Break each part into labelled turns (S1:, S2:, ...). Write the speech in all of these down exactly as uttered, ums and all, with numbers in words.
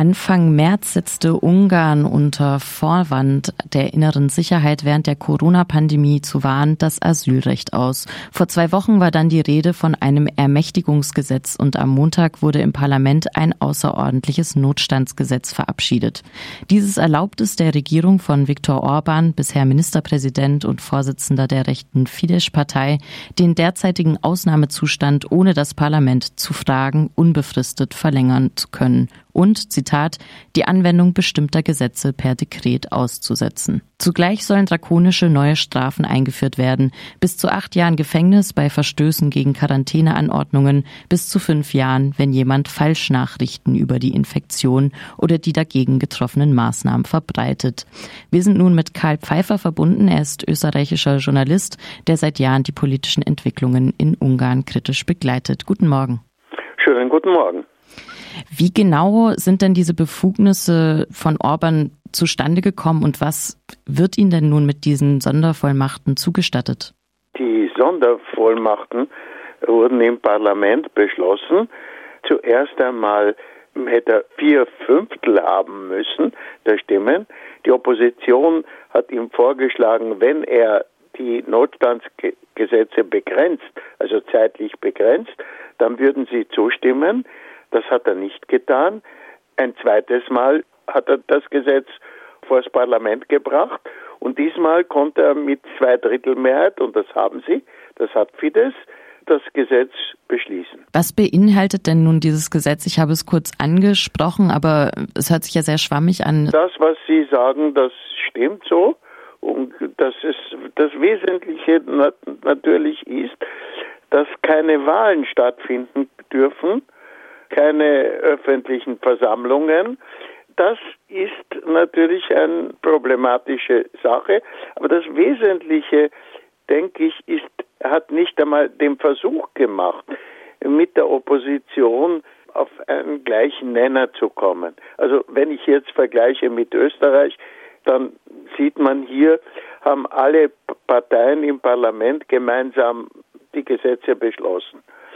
S1: Anfang März setzte Ungarn unter Vorwand der inneren Sicherheit während der Corona-Pandemie zu wahren das Asylrecht aus. Vor zwei Wochen war dann die Rede von einem Ermächtigungsgesetz und am Montag wurde im Parlament ein außerordentliches Notstandsgesetz verabschiedet. Dieses erlaubt es der Regierung von Viktor Orbán, bisher Ministerpräsident und Vorsitzender der rechten Fidesz-Partei, den derzeitigen Ausnahmezustand ohne das Parlament zu fragen, unbefristet verlängern zu können und, Zitat, die Anwendung bestimmter Gesetze per Dekret auszusetzen. Zugleich sollen drakonische neue Strafen eingeführt werden, bis zu acht Jahren Gefängnis bei Verstößen gegen Quarantäneanordnungen, bis zu fünf Jahren, wenn jemand Falschnachrichten über die Infektion oder die dagegen getroffenen Maßnahmen verbreitet. Wir sind nun mit Karl Pfeiffer verbunden. Er ist österreichischer Journalist, der seit Jahren die politischen Entwicklungen in Ungarn kritisch begleitet. Guten Morgen.
S2: Schönen guten Morgen.
S1: Wie genau sind denn diese Befugnisse von Orbán zustande gekommen und was wird Ihnen denn nun mit diesen Sondervollmachten zugestattet?
S2: Die Sondervollmachten wurden im Parlament beschlossen. Zuerst einmal hätte er vier Fünftel haben müssen der Stimmen. Die Opposition hat ihm vorgeschlagen, wenn er die Notstandsgesetze begrenzt, also zeitlich begrenzt, dann würden sie zustimmen. Das hat er nicht getan. Ein zweites Mal hat er das Gesetz vor das Parlament gebracht und diesmal konnte er mit Zweidrittelmehrheit, und das haben sie, das hat Fidesz, das Gesetz beschließen.
S1: Was beinhaltet denn nun dieses Gesetz? Ich habe es kurz angesprochen, aber es hört sich ja sehr schwammig an.
S2: Das, was Sie sagen, das stimmt so. Und das ist das Wesentliche natürlich ist, dass keine Wahlen stattfinden dürfen, keine öffentlichen Versammlungen. Das ist natürlich eine problematische Sache. Aber das Wesentliche, denke ich, ist, er hat nicht einmal den Versuch gemacht, mit der Opposition auf einen gleichen Nenner zu kommen. Also wenn ich jetzt vergleiche mit Österreich, dann sieht man hier, haben alle Parteien im Parlament gemeinsam die Gesetze beschlossen.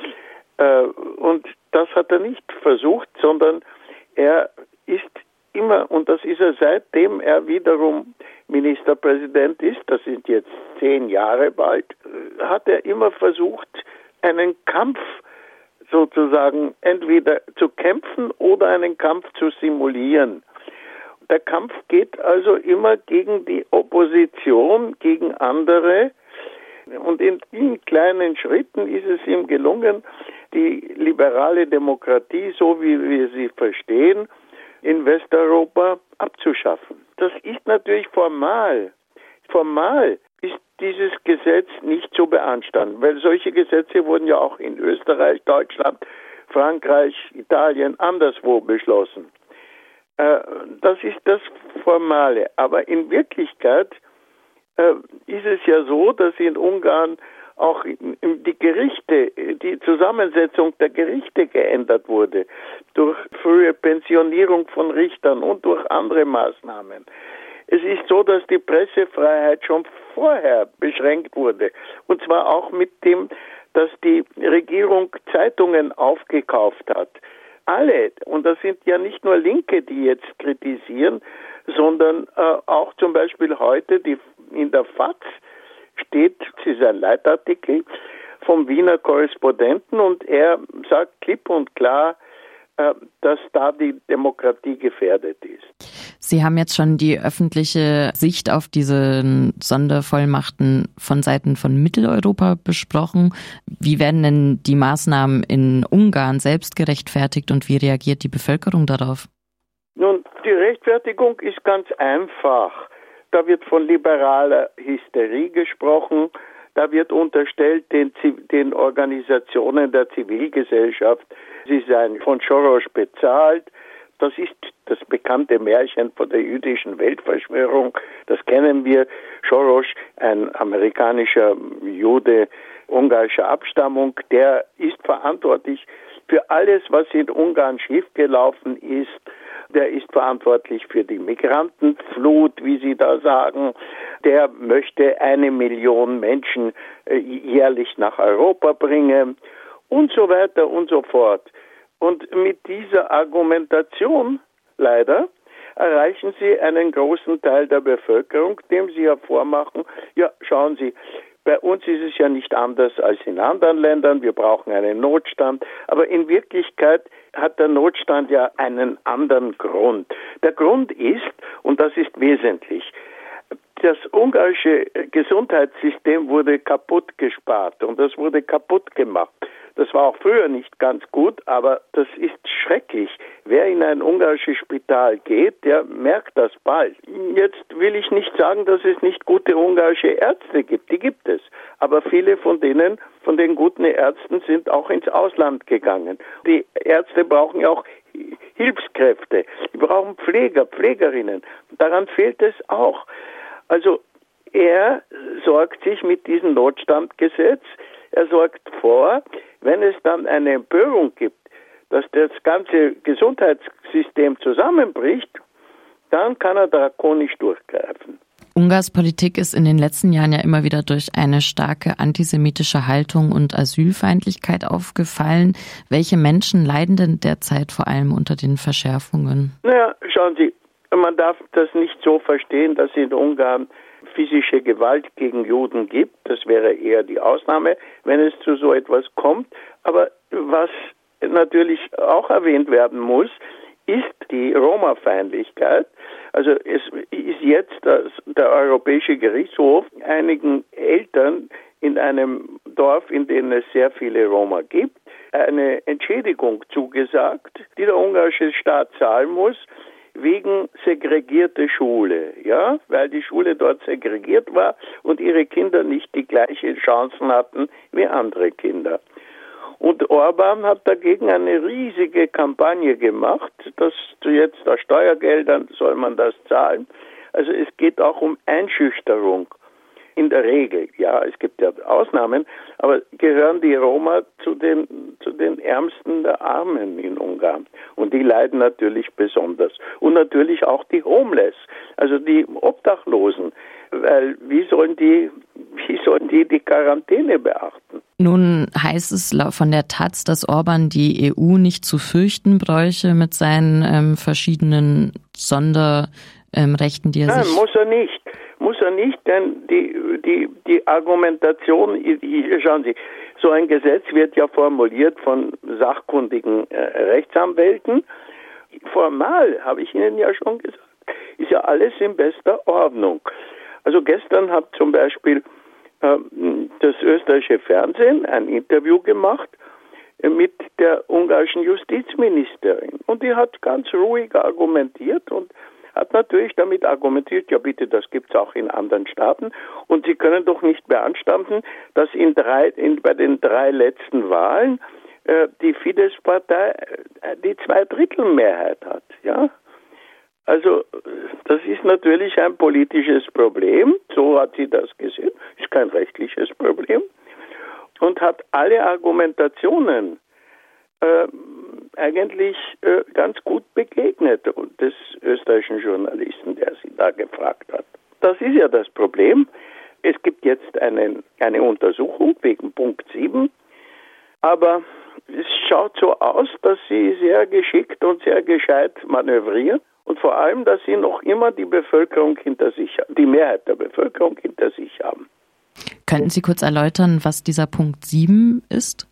S2: Und das hat er nicht versucht, sondern er ist immer, und das ist er seitdem er wiederum Ministerpräsident ist, das sind jetzt zehn Jahre bald, hat er immer versucht, einen Kampf sozusagen entweder zu kämpfen oder einen Kampf zu simulieren. Der Kampf geht also immer gegen die Opposition, gegen andere. Und in vielen kleinen Schritten ist es ihm gelungen, die liberale Demokratie, so wie wir sie verstehen, in Westeuropa abzuschaffen. Das ist natürlich formal. Formal ist dieses Gesetz nicht zu beanstanden, weil solche Gesetze wurden ja auch in Österreich, Deutschland, Frankreich, Italien, anderswo beschlossen. Das ist das Formale. Aber in Wirklichkeit äh, ist es ja so, dass in Ungarn auch die Gerichte, die Zusammensetzung der Gerichte geändert wurde, durch frühe Pensionierung von Richtern und durch andere Maßnahmen. Es ist so, dass die Pressefreiheit schon vorher beschränkt wurde. Und zwar auch mit dem, dass die Regierung Zeitungen aufgekauft hat. Alle, und das sind ja nicht nur Linke, die jetzt kritisieren, sondern äh, auch zum Beispiel heute die, in der F A Z steht, es ist ein Leitartikel vom Wiener Korrespondenten und er sagt klipp und klar, äh, dass da die Demokratie gefährdet ist.
S1: Sie haben jetzt schon die öffentliche Sicht auf diese Sondervollmachten von Seiten von Mitteleuropa besprochen. Wie werden denn die Maßnahmen in Ungarn selbst gerechtfertigt und wie reagiert die Bevölkerung darauf?
S2: Nun, die Rechtfertigung ist ganz einfach. Da wird von liberaler Hysterie gesprochen. Da wird unterstellt den, den Organisationen der Zivilgesellschaft, sie seien von Soros bezahlt. Das ist das bekannte Märchen von der jüdischen Weltverschwörung. Das kennen wir. Soros, ein amerikanischer Jude ungarischer Abstammung, der ist verantwortlich für alles, was in Ungarn schiefgelaufen ist. Der ist verantwortlich für die Migrantenflut, wie Sie da sagen. Der möchte eine Million Menschen jährlich nach Europa bringen und so weiter und so fort. Und mit dieser Argumentation leider, erreichen sie einen großen Teil der Bevölkerung, dem sie ja vormachen, ja, schauen Sie, bei uns ist es ja nicht anders als in anderen Ländern, wir brauchen einen Notstand, aber in Wirklichkeit hat der Notstand ja einen anderen Grund. Der Grund ist, und das ist wesentlich, das ungarische Gesundheitssystem wurde kaputt gespart und das wurde kaputt gemacht. Das war auch früher nicht ganz gut, aber das ist schrecklich. Wer in ein ungarisches Spital geht, der merkt das bald. Jetzt will ich nicht sagen, dass es nicht gute ungarische Ärzte gibt. Die gibt es. Aber viele von denen, von den guten Ärzten, sind auch ins Ausland gegangen. Die Ärzte brauchen ja auch Hilfskräfte. Die brauchen Pfleger, Pflegerinnen. Daran fehlt es auch. Also er sorgt sich mit diesem Notstandgesetz, er sorgt vor, wenn es dann eine Empörung gibt, dass das ganze Gesundheitssystem zusammenbricht, dann kann er drakonisch durchgreifen.
S1: Ungarns Politik ist in den letzten Jahren ja immer wieder durch eine starke antisemitische Haltung und Asylfeindlichkeit aufgefallen. Welche Menschen leiden denn derzeit vor allem unter den Verschärfungen?
S2: Naja, schauen Sie, man darf das nicht so verstehen, dass in Ungarn physische Gewalt gegen Juden gibt. Das wäre eher die Ausnahme, wenn es zu so etwas kommt. Aber was natürlich auch erwähnt werden muss, ist die Roma-Feindlichkeit. Also es ist jetzt das, der Europäische Gerichtshof einigen Eltern in einem Dorf, in dem es sehr viele Roma gibt, eine Entschädigung zugesagt, die der ungarische Staat zahlen muss, wegen segregierte Schule, ja, weil die Schule dort segregiert war und ihre Kinder nicht die gleichen Chancen hatten wie andere Kinder. Und Orban hat dagegen eine riesige Kampagne gemacht, dass jetzt aus Steuergeldern soll man das zahlen. Also es geht auch um Einschüchterung. In der Regel, ja, es gibt ja Ausnahmen, aber gehören die Roma zu den, zu den Ärmsten der Armen in Ungarn. Und die leiden natürlich besonders. Und natürlich auch die Homeless, also die Obdachlosen. Weil wie sollen die, wie sollen die die Quarantäne beachten?
S1: Nun heißt es von der Taz, dass Orban die E U nicht zu fürchten bräuche mit seinen ähm, verschiedenen Sonderrechten, die er
S2: Nein,
S1: sich...
S2: Nein, muss er nicht. Muss er nicht, denn die, die, die Argumentation, schauen Sie, so ein Gesetz wird ja formuliert von sachkundigen äh, Rechtsanwälten. Formal, habe ich Ihnen ja schon gesagt, ist ja alles in bester Ordnung. Also gestern hat zum Beispiel äh, das österreichische Fernsehen ein Interview gemacht äh, mit der ungarischen Justizministerin. Und die hat ganz ruhig argumentiert und hat natürlich damit argumentiert, ja bitte, das gibt es auch in anderen Staaten. Und Sie können doch nicht beanstanden, dass in drei, in, bei den drei letzten Wahlen äh, die Fidesz-Partei äh, die Zweidrittelmehrheit hat. Ja? Also das ist natürlich ein politisches Problem, so hat sie das gesehen, ist kein rechtliches Problem und hat alle Argumentationen äh, eigentlich äh, ganz gut begegnet des österreichischen Journalisten, der sie da gefragt hat. Das ist ja das Problem. Es gibt jetzt eine, eine Untersuchung wegen Punkt sieben, aber es schaut so aus, dass sie sehr geschickt und sehr gescheit manövrieren und vor allem, dass sie noch immer die Bevölkerung hinter sich haben, die Mehrheit der Bevölkerung hinter sich haben.
S1: Könnten Sie kurz erläutern, was dieser Punkt sieben ist?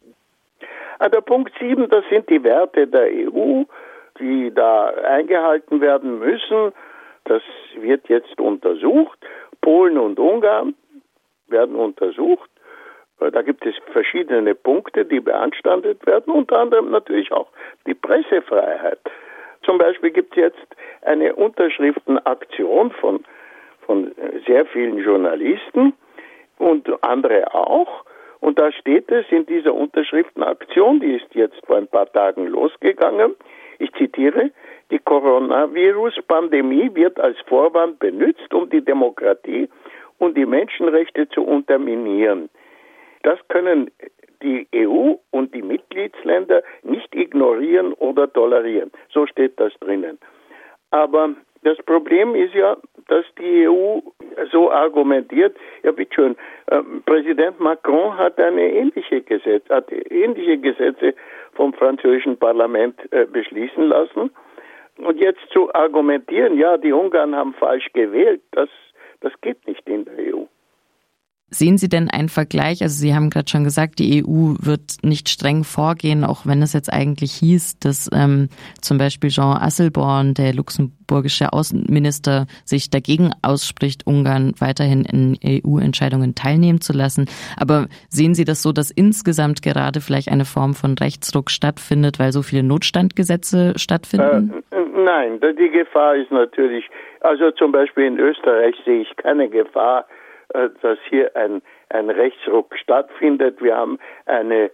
S2: Der Punkt sieben, das sind die Werte der E U, die da eingehalten werden müssen. Das wird jetzt untersucht. Polen und Ungarn werden untersucht. Da gibt es verschiedene Punkte, die beanstandet werden, unter anderem natürlich auch die Pressefreiheit. Zum Beispiel gibt es jetzt eine Unterschriftenaktion von, von sehr vielen Journalisten und andere auch. Und da steht es in dieser Unterschriftenaktion, die ist jetzt vor ein paar Tagen losgegangen, ich zitiere, die Coronavirus-Pandemie wird als Vorwand benutzt, um die Demokratie und die Menschenrechte zu unterminieren. Das können die E U und die Mitgliedsländer nicht ignorieren oder tolerieren. So steht das drinnen. Aber das Problem ist ja, dass die E U so argumentiert, ja bitteschön, äh, Präsident Macron hat eine ähnliche Gesetz, hat ähnliche Gesetze vom französischen Parlament äh, beschließen lassen, und jetzt zu argumentieren, ja, die Ungarn haben falsch gewählt, das, das geht nicht in der E U.
S1: Sehen Sie denn einen Vergleich? Also Sie haben gerade schon gesagt, die E U wird nicht streng vorgehen, auch wenn es jetzt eigentlich hieß, dass ähm, zum Beispiel Jean Asselborn, der luxemburgische Außenminister, sich dagegen ausspricht, Ungarn weiterhin in E U-Entscheidungen teilnehmen zu lassen. Aber sehen Sie das so, dass insgesamt gerade vielleicht eine Form von Rechtsruck stattfindet, weil so viele Notstandgesetze stattfinden?
S2: Äh, nein, die Gefahr ist natürlich, also zum Beispiel in Österreich sehe ich keine Gefahr, dass hier ein, ein Rechtsruck stattfindet. Wir haben eine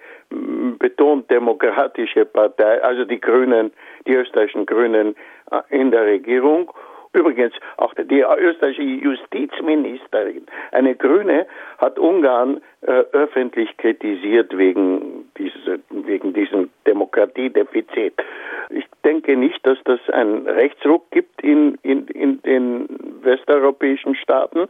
S2: betont demokratische Partei, also die Grünen, die österreichischen Grünen in der Regierung. Übrigens, auch die österreichische Justizministerin, eine Grüne, hat Ungarn äh, öffentlich kritisiert wegen, diese, wegen diesem Demokratiedefizit. Ich denke nicht, dass das einen Rechtsruck gibt in, in, in den westeuropäischen Staaten.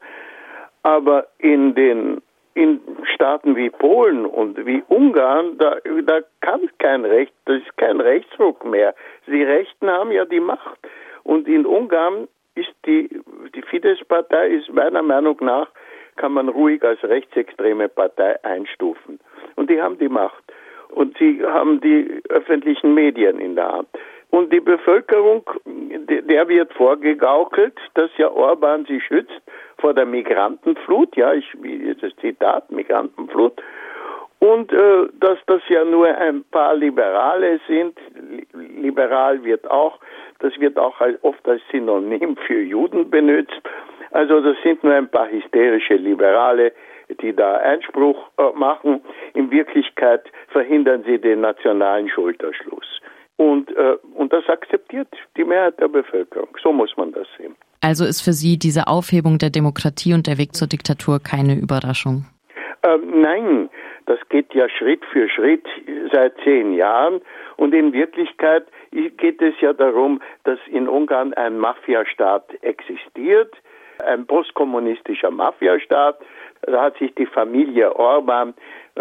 S2: Aber in den in Staaten wie Polen und wie Ungarn, da, da kann kein Recht, das ist kein Rechtsruck mehr. Die Rechten haben ja die Macht. Und in Ungarn ist die, die Fidesz-Partei ist meiner Meinung nach, kann man ruhig als rechtsextreme Partei einstufen. Und die haben die Macht. Und sie haben die öffentlichen Medien in der Hand. Und die Bevölkerung, der wird vorgegaukelt, dass ja Orban sie schützt vor der Migrantenflut, ja, ich wie das Zitat, Migrantenflut, und äh, dass das ja nur ein paar Liberale sind. Liberal wird auch, das wird auch als, oft als Synonym für Juden benutzt. Also das sind nur ein paar hysterische Liberale, die da Einspruch äh, machen. In Wirklichkeit verhindern sie den nationalen Schulterschluss. Und, äh, und das akzeptiert die Mehrheit der Bevölkerung. So muss man das sehen.
S1: Also ist für Sie diese Aufhebung der Demokratie und der Weg zur Diktatur keine Überraschung?
S2: Ähm, nein, das geht ja Schritt für Schritt seit zehn Jahren. Und in Wirklichkeit geht es ja darum, dass in Ungarn ein Mafiastaat existiert, ein postkommunistischer Mafiastaat. Da hat sich die Familie Orban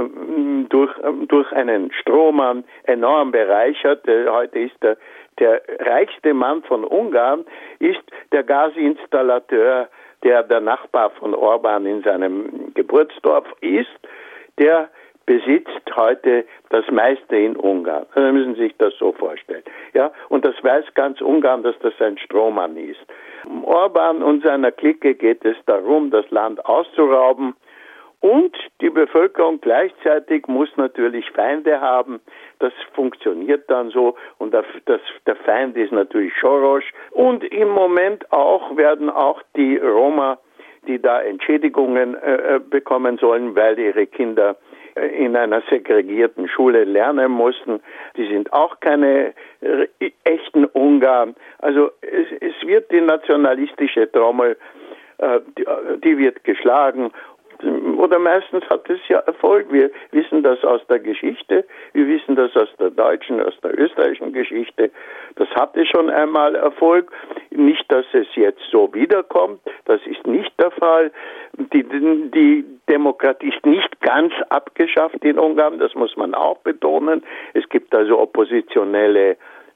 S2: durch, durch einen Strohmann enorm bereichert. Heute ist der, der reichste Mann von Ungarn, ist der Gasinstallateur, der der Nachbar von Orban in seinem Geburtsdorf ist. Der besitzt heute das meiste in Ungarn. Sie müssen sich das so vorstellen. Ja, und das weiß ganz Ungarn, dass das ein Strohmann ist. Um Orban und seiner Clique geht es darum, das Land auszurauben. Und die Bevölkerung gleichzeitig muss natürlich Feinde haben. Das funktioniert dann so. Und das, das, der Feind ist natürlich Soros. Und im Moment auch werden auch die Roma, die da Entschädigungen äh, bekommen sollen, weil ihre Kinder äh, in einer segregierten Schule lernen mussten. Die sind auch keine äh, echten Ungarn. Also es, es wird die nationalistische Trommel, äh, die, die wird geschlagen. Oder meistens hat es ja Erfolg. Wir wissen das aus der Geschichte, wir wissen das aus der deutschen, aus der österreichischen Geschichte. Das hatte schon einmal Erfolg. Nicht, dass es jetzt so wiederkommt, das ist nicht der Fall. Die, die Demokratie ist nicht ganz abgeschafft in Ungarn, das muss man auch betonen. Es gibt also oppositionelle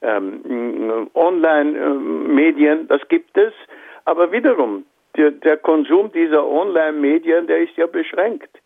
S2: ähm, Online-Medien, das gibt es. Aber wiederum, Der, der Konsum dieser Online-Medien, der ist ja beschränkt.